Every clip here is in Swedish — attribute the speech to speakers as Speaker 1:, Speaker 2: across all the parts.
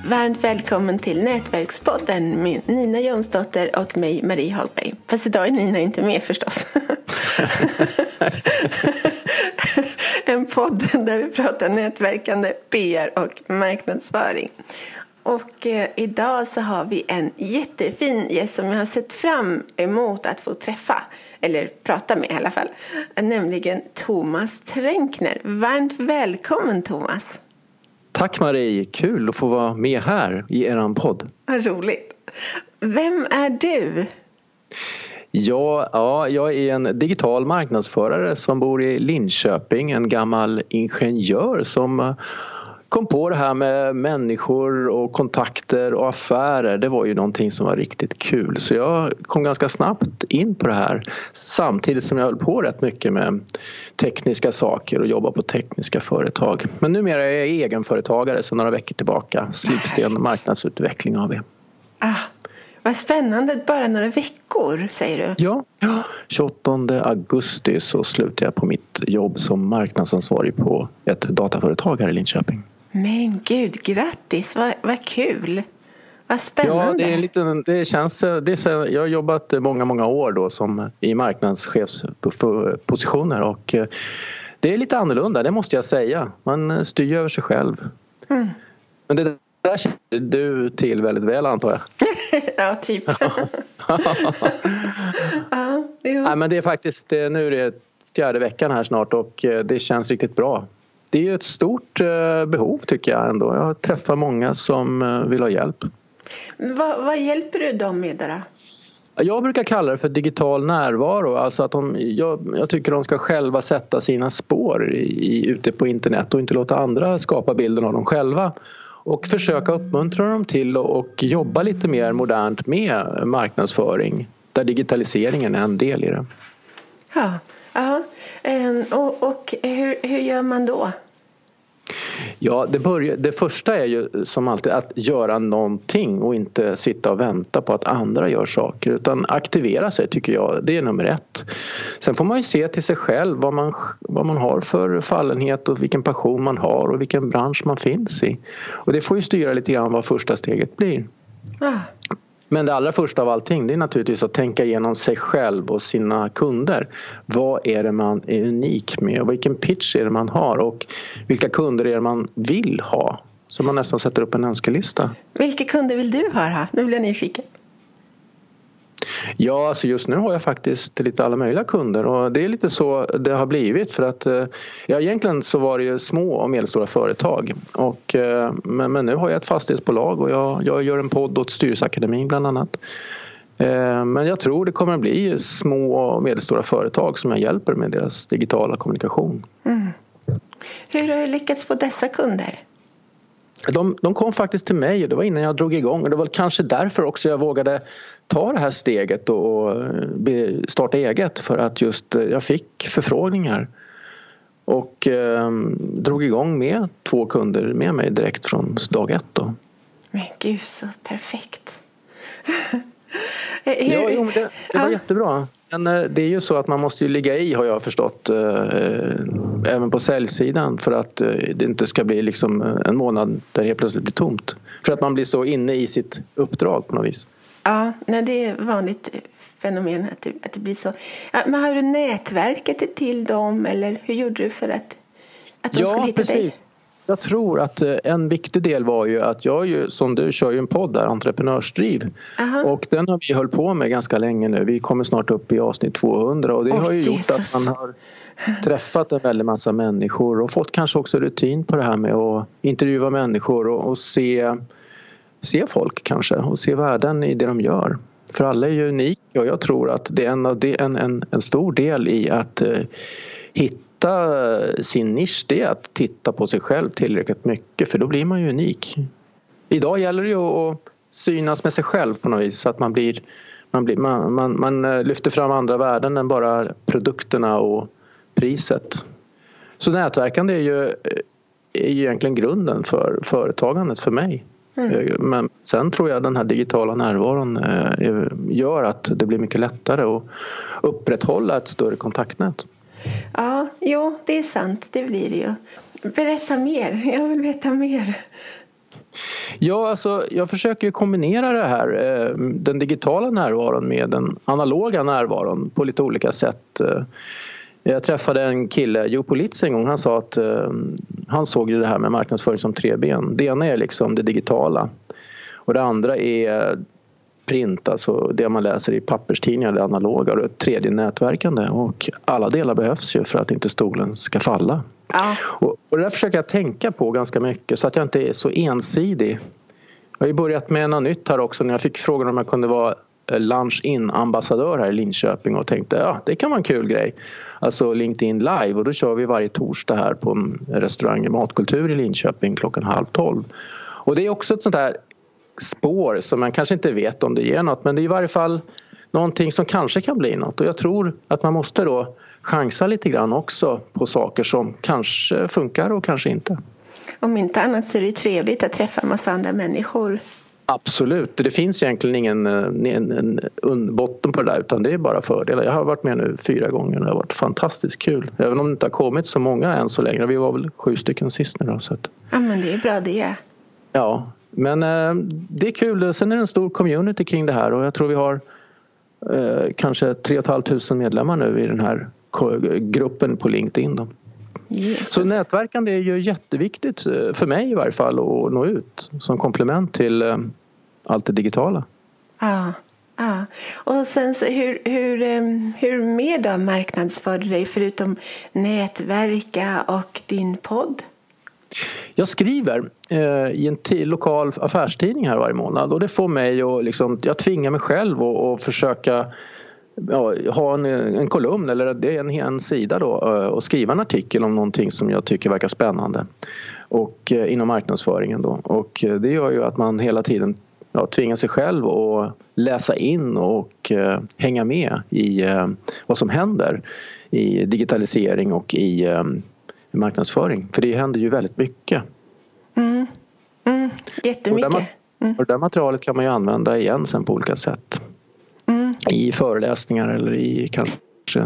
Speaker 1: Varmt välkommen till Nätverkspodden med Nina Jonsdotter och mig, Marie Hagberg. Fast idag är Nina inte med förstås. En podd där vi pratar nätverkande, PR och marknadsföring. Och idag så har vi en jättefin gäst som jag har sett fram emot att få träffa. Eller prata med i alla fall. Nämligen Thomas Tränkner. Varmt välkommen Thomas.
Speaker 2: Tack Marie, kul att få vara med här i eran podd.
Speaker 1: Vad roligt. Vem är du?
Speaker 2: Ja, jag är en digital marknadsförare som bor i Linköping. En gammal ingenjör som kom på det här med människor och kontakter och affärer. Det var ju någonting som var riktigt kul. Så jag kom ganska snabbt in på det här. Samtidigt som jag höll på rätt mycket med tekniska saker och jobba på tekniska företag. Men numera är jag egenföretagare så några veckor tillbaka. Slipsten marknadsutveckling har vi.
Speaker 1: Vad spännande, bara några veckor säger du?
Speaker 2: Ja, 28 augusti så slutar jag på mitt jobb som marknadsansvarig på ett dataföretag här i Linköping.
Speaker 1: Men gud, grattis, vad kul. Vad spännande.
Speaker 2: Ja, jag har jobbat många år då som i marknadschefspositioner och det är lite annorlunda, det måste jag säga. Man styr över sig själv. Mm. Men det där känner du till väldigt väl antar jag.
Speaker 1: Ja, typ.
Speaker 2: Nej, men det är faktiskt, nu är det 4:e veckan här snart och det känns riktigt bra. Det är ju ett stort behov tycker jag ändå. Jag träffar många som vill ha hjälp.
Speaker 1: Vad hjälper du dem med då?
Speaker 2: Jag brukar kalla det för digital närvaro. Alltså att jag tycker de ska själva sätta sina spår ute på internet och inte låta andra skapa bilden av dem själva. Och försöka uppmuntra dem till att jobba lite mer modernt med marknadsföring. Där digitaliseringen är en del i det.
Speaker 1: Ja. Och hur gör man då?
Speaker 2: Ja, det första är ju som alltid att göra någonting och inte sitta och vänta på att andra gör saker utan aktivera sig tycker jag, det är nummer 1. Sen får man ju se till sig själv vad man har för fallenhet och vilken passion man har och vilken bransch man finns i. Och det får ju styra lite grann vad första steget blir. Men det allra första av allting det är naturligtvis att tänka igenom sig själv och sina kunder. Vad är det man är unik med och vilken pitch är det man har och vilka kunder är det man vill ha. Så man nästan sätter upp en önskelista.
Speaker 1: Vilka kunder vill du ha? Nu blir jag nyfiken.
Speaker 2: Ja, alltså just nu har jag faktiskt lite alla möjliga kunder och det är lite så det har blivit för att egentligen så var det ju små och medelstora företag och, men nu har jag ett fastighetsbolag och jag gör en podd åt Styrelseakademin bland annat. Men jag tror det kommer att bli små och medelstora företag som jag hjälper med deras digitala kommunikation. Mm.
Speaker 1: Hur har du lyckats få dessa kunder?
Speaker 2: De kom faktiskt till mig och det var innan jag drog igång och det var kanske därför också jag vågade ta det här steget och starta eget för att just jag fick förfrågningar och drog igång med 2 kunder med mig direkt från dag 1 då.
Speaker 1: Men gud så perfekt.
Speaker 2: Det var jättebra. Men det är ju så att man måste ju ligga i har jag förstått även på säljsidan för att det inte ska bli liksom en månad där det helt plötsligt blir tomt. För att man blir så inne i sitt uppdrag på något vis.
Speaker 1: Ja, det är vanligt fenomen att det blir så. Ja, men har du nätverket till dem eller hur gjorde du för att de skulle hitta dig? Ja, precis.
Speaker 2: Jag tror att en viktig del var ju att som du kör ju en podd där, Entreprenörsdriv. Aha. Och den har vi hållit på med ganska länge nu. Vi kommer snart upp i avsnitt 200 och det har ju gjort att man har träffat en väldigt massa människor och fått kanske också rutin på det här med att intervjua människor och se folk kanske och se världen i det de gör. För alla är ju unika och jag tror att det är en stor del i att hitta sin nisch, det är att titta på sig själv tillräckligt mycket för då blir man ju unik. Idag gäller det ju att synas med sig själv på något vis så att man lyfter fram andra värden än bara produkterna och priset. Så nätverkande är ju egentligen grunden för företagandet för mig. Men sen tror jag den här digitala närvaron gör att det blir mycket lättare att upprätthålla ett större kontaktnät.
Speaker 1: Ja, jo, det är sant. Det blir det ju. Berätta mer. Jag vill veta mer.
Speaker 2: Ja, alltså jag försöker kombinera det här, den digitala närvaron med den analoga närvaron på lite olika sätt. Jag träffade en kille, Joe Politz, en gång. Han sa att han såg ju det här med marknadsföring som 3 ben. Det ena är liksom det digitala och det andra är print, alltså det man läser i papperstidningar, det analoga, och det tredje nätverkande, och alla delar behövs ju för att inte stolen ska falla. Ja. Och det där försöker jag tänka på ganska mycket så att jag inte är så ensidig. Jag har ju börjat med något nytt här också när jag fick frågan om jag kunde vara lunch-in-ambassadör här i Linköping och tänkte det kan vara en kul grej. Alltså LinkedIn live, och då kör vi varje torsdag här på en restaurang i Matkultur i Linköping 11:30. Och det är också ett sånt här spår som man kanske inte vet om det ger något, men det är i varje fall någonting som kanske kan bli något, och jag tror att man måste då chansa lite grann också på saker som kanske funkar och kanske inte.
Speaker 1: Om inte annat så är det trevligt att träffa en massa andra människor.
Speaker 2: Absolut, det finns egentligen ingen botten på det där, utan det är bara fördelar. Jag har varit med nu 4 gånger och det har varit fantastiskt kul. Även om det inte har kommit så många än så länge. Vi var väl 7 stycken sist nu då. Så att...
Speaker 1: Ja, men det är bra det.
Speaker 2: Ja, men det är kul. Sen är det en stor community kring det här, och jag tror vi har kanske 3 500 medlemmar nu i den här gruppen på LinkedIn då. Jesus. Så nätverkande är ju jätteviktigt för mig i varje fall att nå ut som komplement till allt det digitala.
Speaker 1: Ja. Och sen så hur mer då marknadsför du dig förutom nätverka och din podd?
Speaker 2: Jag skriver i en lokal affärstidning här varje månad, och det får mig att liksom, jag tvingar mig själv att försöka ha en kolumn eller det är en sida då, och skriva en artikel om någonting som jag tycker verkar spännande och inom marknadsföringen då, och det gör ju att man hela tiden tvingar sig själv att läsa in och hänga med i vad som händer i digitalisering och i marknadsföring, för det händer ju väldigt mycket.
Speaker 1: Jättemycket.
Speaker 2: Och det där materialet kan man ju använda igen sen på olika sätt. I föreläsningar eller i kanske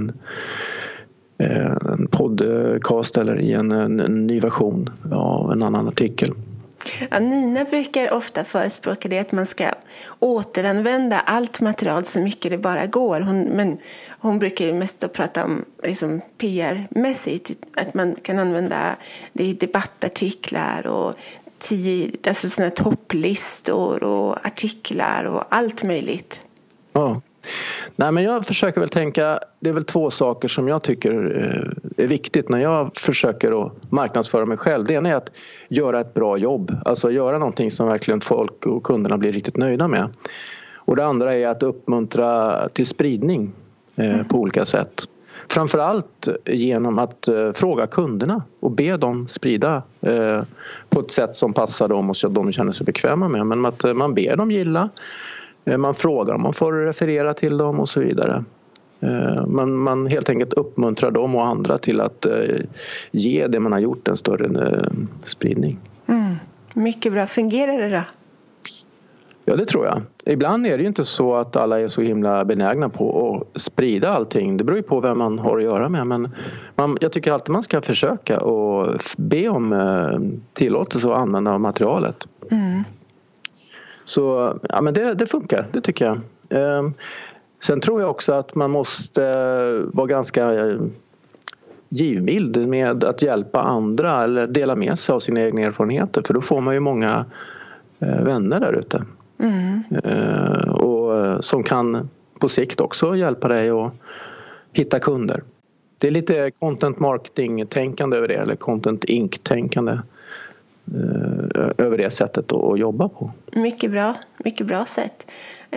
Speaker 2: en podcast eller i en ny version av en annan artikel.
Speaker 1: Ja, Nina brukar ofta förespråka det att man ska återanvända allt material så mycket det bara går. Men hon brukar mest att prata om liksom PR-mässigt, att man kan använda det i debattartiklar och alltså såna topplistor och artiklar och allt möjligt.
Speaker 2: Ja. Nej, men jag försöker väl tänka, det är väl 2 saker som jag tycker är viktigt när jag försöker att marknadsföra mig själv. Det ena är att göra ett bra jobb, alltså göra någonting som verkligen folk och kunderna blir riktigt nöjda med. Och det andra är att uppmuntra till spridning på olika sätt. Framförallt genom att fråga kunderna och be dem sprida på ett sätt som passar dem och så att de känner sig bekväma med. Men att man ber dem gilla. Man frågar om man får referera till dem och så vidare. Man helt enkelt uppmuntrar dem och andra till att ge det man har gjort en större spridning.
Speaker 1: Mycket bra. Fungerar det då?
Speaker 2: Ja, det tror jag. Ibland är det ju inte så att alla är så himla benägna på att sprida allting. Det beror ju på vem man har att göra med. Men jag tycker alltid man ska försöka och be om tillåtelse att använda materialet. Så ja, men det funkar, det tycker jag. Sen tror jag också att man måste vara ganska givmild med att hjälpa andra eller dela med sig av sina egna erfarenheter. För då får man ju många vänner där ute. Och som kan på sikt också hjälpa dig att hitta kunder. Det är lite content marketing-tänkande över det, eller content inc-tänkande över det sättet att jobba på. Mycket bra sätt.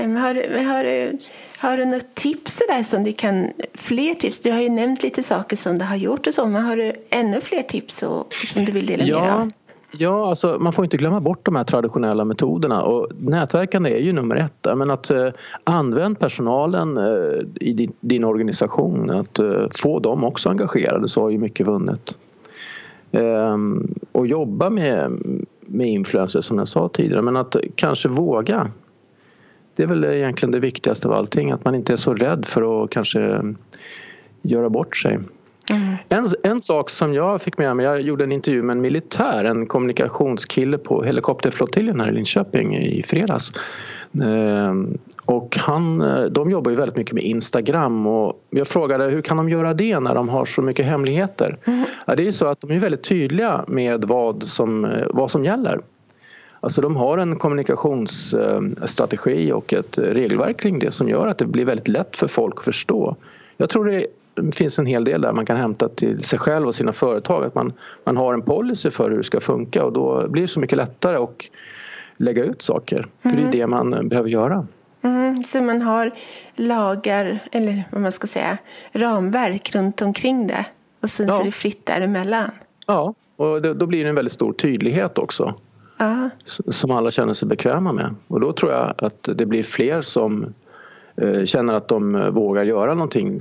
Speaker 2: Har du något tips där som du kan, fler tips? Du har ju nämnt lite saker som du har gjort och så, men har du ännu fler tips som du vill dela med av? Ja, alltså man får inte glömma bort de här traditionella metoderna, och nätverkande är ju nummer 1. Men att använda personalen i din organisation, att få dem också engagerade, så har ju mycket vunnet. Och jobba med influencers som jag sa tidigare, men att kanske våga. Det är väl egentligen det viktigaste av allting, att man inte är så rädd för att kanske göra bort sig. En sak som jag fick med mig, jag gjorde en intervju med en militär, en kommunikationskille på helikopterflottiljen här i Linköping i fredags. Och de jobbar ju väldigt mycket med Instagram, och jag frågade hur kan de göra det när de har så mycket hemligheter? Ja, det är ju så att de är väldigt tydliga med vad som gäller. Alltså de har en kommunikationsstrategi och ett regelverk kring det som gör att det blir väldigt lätt för folk att förstå. Jag tror det finns en hel del där man kan hämta till sig själv och sina företag. Att man har en policy för hur det ska funka, och då blir det så mycket lättare att lägga ut saker. För det är det man behöver göra.
Speaker 1: Så man har lagar, eller vad man ska säga, ramverk runt omkring det. Och sen så är det fritt däremellan. Ja,
Speaker 2: och då blir det en väldigt stor tydlighet också. Som alla känner sig bekväma med. Och då tror jag att det blir fler som känner att de vågar göra någonting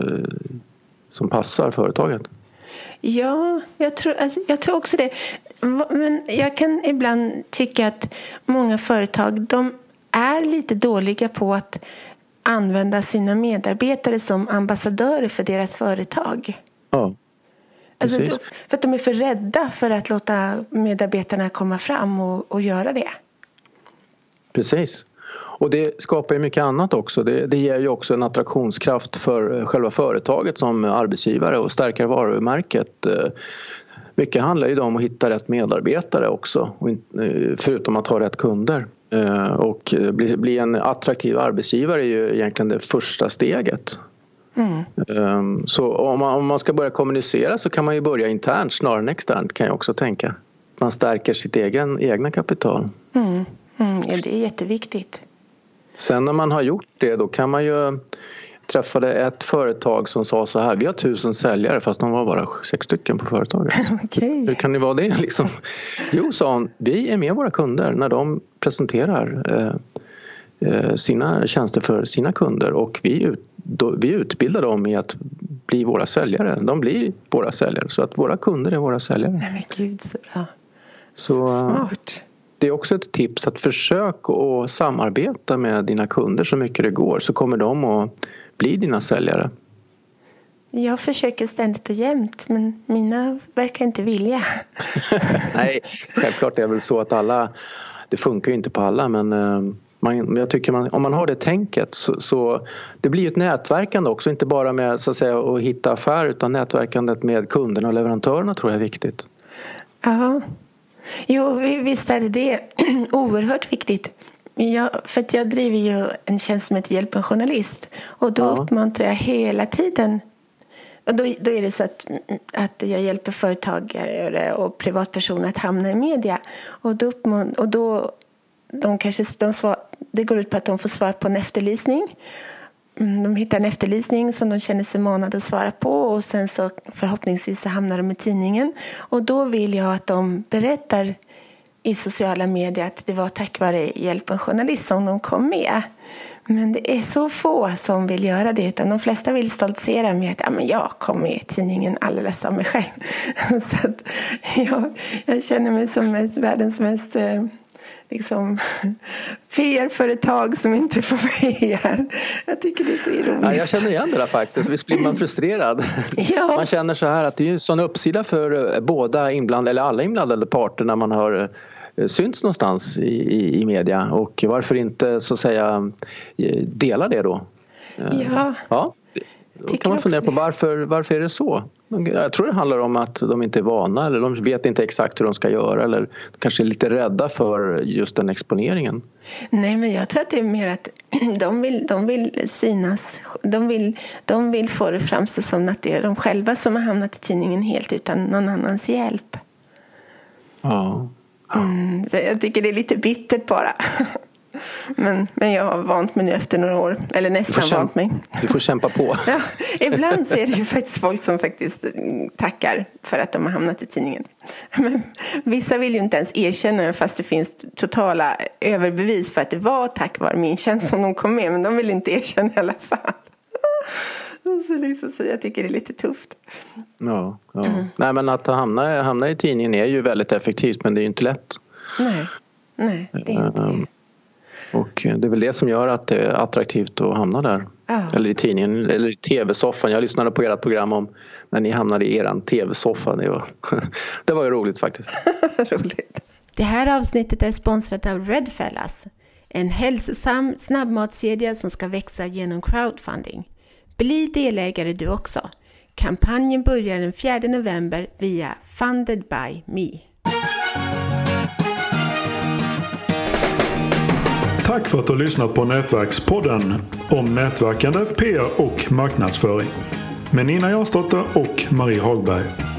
Speaker 2: som passar företaget.
Speaker 1: Ja, jag tror också det. Men jag kan ibland tycka att många företag, de är lite dåliga på att använda sina medarbetare som ambassadörer för deras företag.
Speaker 2: Ja.
Speaker 1: Alltså för att de är för rädda för att låta medarbetarna komma fram och göra det.
Speaker 2: Precis. Och det skapar ju mycket annat också. Det ger ju också en attraktionskraft för själva företaget som arbetsgivare och stärker varumärket. Mycket handlar ju om att hitta rätt medarbetare också, förutom att ha rätt kunder. Och bli en attraktiv arbetsgivare är ju egentligen det första steget. Så om man ska börja kommunicera så kan man ju börja internt snarare än externt, kan jag också tänka. Man stärker sitt egna kapital.
Speaker 1: Ja, det är jätteviktigt.
Speaker 2: Sen när man har gjort det, då kan man ju träffade ett företag som sa så här: vi har 1000 säljare fast de var bara 6 stycken på företaget.
Speaker 1: Okay.
Speaker 2: Hur kan det vara det liksom? Jo, sa hon, vi är med våra kunder när de presenterar sina tjänster för sina kunder, och vi utbildar dem i att bli våra säljare. De blir våra säljare, så att våra kunder är våra säljare.
Speaker 1: Nej men gud, så bra.
Speaker 2: Så
Speaker 1: smart.
Speaker 2: Det är också ett tips att försöka att samarbeta med dina kunder så mycket det går, så kommer de att bli dina säljare.
Speaker 1: Jag försöker ständigt och jämt, men mina verkar inte vilja.
Speaker 2: Nej, självklart är det väl så att det funkar ju inte på alla, men jag tycker om man har det tänket så det blir ett nätverkande också, inte bara med så att säga att hitta affär, utan nätverkandet med kunderna och leverantörerna tror jag är viktigt.
Speaker 1: Ja, jo visst är det oerhört viktigt. För att jag driver ju en tjänst som heter Hjälp en journalist, och då uppmuntrar jag hdå tiden. Och då är det så att jag hjälper företagare och privatpersoner att hamna i media. Och då det går ut på att de får svar på en efterlysning. De hittar en efterlysning som de känner sig manade att svara på, och sen så förhoppningsvis så hamnar de i tidningen. Och då vill jag att de berättar i sociala medier att det var tack vare Hjälp en journalist som de kom med. Men det är så få som vill göra det, utan de flesta vill stoltsera med att jag kom med i tidningen alldeles av mig själv. Så att jag känner mig som världens mest PR-företag som inte får PR. Jag tycker det är så ironiskt.
Speaker 2: Ja, jag känner igen det där faktiskt. Visst blir man frustrerad. Ja. Man känner så här att det är en sån uppsida för båda inblandade, eller alla inblandade parter, när man har synts någonstans i media. Och varför inte så att säga dela det då? Ja. Då kan man fundera på varför är det så? Jag tror det handlar om att de inte är vana, eller de vet inte exakt hur de ska göra, eller kanske är lite rädda för just den exponeringen.
Speaker 1: Nej, men jag tror att det är mer att de vill synas. De vill få det framstå som att det är de själva som har hamnat i tidningen helt utan någon annans hjälp.
Speaker 2: Ja.
Speaker 1: Så jag tycker det är lite bittert bara. Men jag har vant mig nu efter några år. Eller nästan vant mig.
Speaker 2: Du får kämpa på.
Speaker 1: Ja, ibland så är det ju faktiskt folk som faktiskt tackar för att de har hamnat i tidningen. Men vissa vill ju inte ens erkänna det, fast det finns totala överbevis för att det var tack vare min tjänst som de kom med. Men de vill inte erkänna i alla fall. Så jag tycker det är lite tufft.
Speaker 2: Ja. Nej, men att hamna i tidningen är ju väldigt effektivt, men det är ju inte lätt.
Speaker 1: Nej, det är inte det.
Speaker 2: Och det är väl det som gör att det är attraktivt att hamna där. Eller i tidningen, eller i tv-soffan. Jag lyssnade på ert program om när ni hamnade i eran tv-soffa. Det var ju roligt faktiskt.
Speaker 1: Roligt. Det här avsnittet är sponsrat av Redfellas. En hälsosam snabbmatskedja som ska växa genom crowdfunding. Bli delägare du också. Kampanjen börjar den 4 november via Funded by Me.
Speaker 3: Tack för att du har lyssnat på Nätverkspodden om nätverkande, PR och marknadsföring med Nina Jansdotter och Marie Hagberg.